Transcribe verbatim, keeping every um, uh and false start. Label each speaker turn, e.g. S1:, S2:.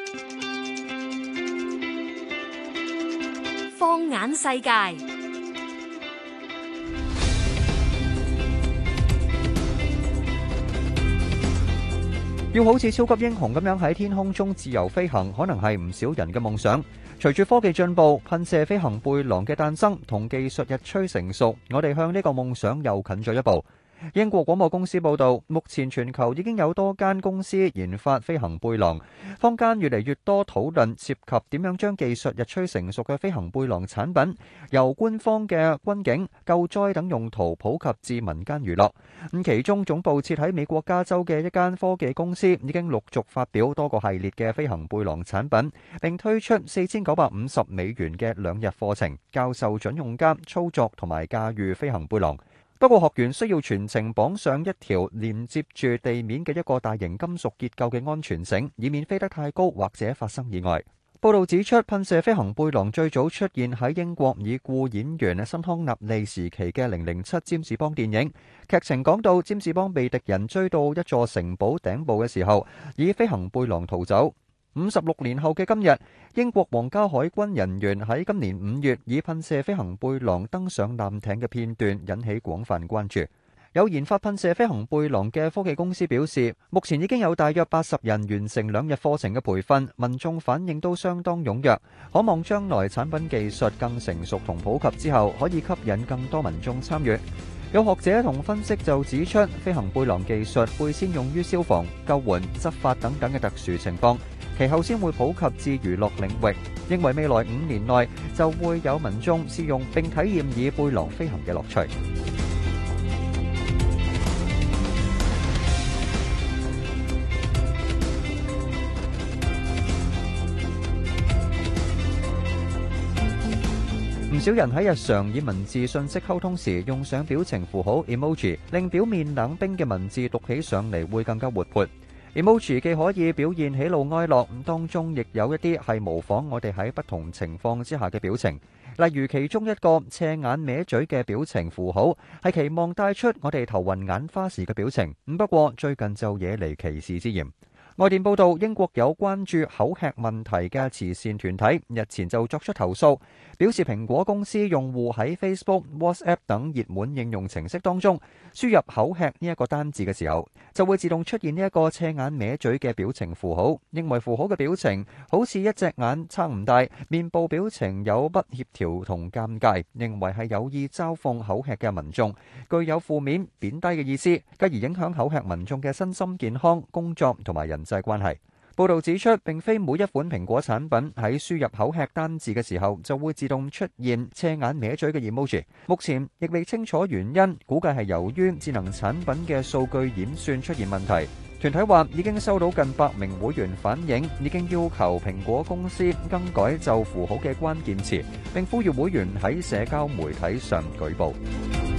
S1: 放眼世界，
S2: 要好似超級英雄咁樣喺天空中自由飛行，可能係唔少人嘅夢想。隨住科技進步，噴射飛行背囊嘅誕生同技術日趨成熟，我哋向呢個夢想又近咗一步。英國廣播公司報導，目前全球已經有多間公司研發飛行背囊，坊間越嚟越多討論涉及點樣將技術日趨成熟嘅飛行背囊產品，由官方嘅軍警、救災等用途普及至民間娛樂。咁其中總部設喺美國加州嘅一間科技公司已經陸續發表多個系列嘅飛行背囊產品，並推出四千九百五十美元嘅兩日課程，教授準用家操作同埋駕馭飛行背囊。不過學員需要全程綁上一條連接住地面嘅一個大型金屬結構嘅安全繩，以免飛得太高或者發生意外。報道指出，噴射飛行背囊最早出現喺英國已故演員辛康納利時期嘅零零七占士邦電影。劇情講到，占士邦被敵人追到一座城堡頂部嘅時候，以飛行背囊逃走。五十六年後嘅今日，英國皇家海軍人員喺今年五月以噴射飛行背囊登上艦艇嘅片段引起廣泛關注。有研發噴射飛行背囊嘅科技公司表示，目前已經有大約八十人完成兩日課程嘅培訓，民眾反應都相當踴躍，可望將來產品技術更成熟同普及之後，可以吸引更多民眾參與。有學者同分析就指出，飛行背囊技術會先用於消防、救援、執法等等嘅特殊情況，其後先會普及至娛樂領域。認為未來五年內就會有民眾試用並體驗以背囊飛行嘅樂趣。唔少人喺日常以文字信息溝通時用上表情符號 emoji， 令表面冷冰嘅文字讀起上嚟會更加活潑。emoji 既可以表現喜怒哀樂，當中亦有一啲係模仿我哋喺不同情況之下嘅表情。例如其中一個斜眼歪嘴嘅表情符號，係期望帶出我哋頭暈眼花時嘅表情。不過最近就惹嚟歧視之嫌。外電報道，英國有關注口吃問題嘅慈善團體日前就作出投訴，表示蘋果公司用戶喺 Facebook、WhatsApp 等熱門應用程式當中輸入口吃呢一個單字嘅時候，就會自動出現呢一個斜眼歪嘴嘅表情符號，認為符號嘅表情好似一隻眼撐唔大，面部表情有不協調同尷尬，認為係有意嘲諷口吃嘅民眾，具有負面貶低嘅意思，繼而影響口吃民眾嘅身心健康、工作同埋人際關係。報導指出，並非每一款蘋果產品喺輸入口吃單字嘅時候就會自動出現斜眼歪嘴嘅 emoji。目前亦未清楚原因，估計係由於智能產品嘅數據演算出現問題。團體話已經收到近百名會員反映，已經要求蘋果公司更改就符號嘅關鍵詞，並呼籲會員喺社交媒體上舉報。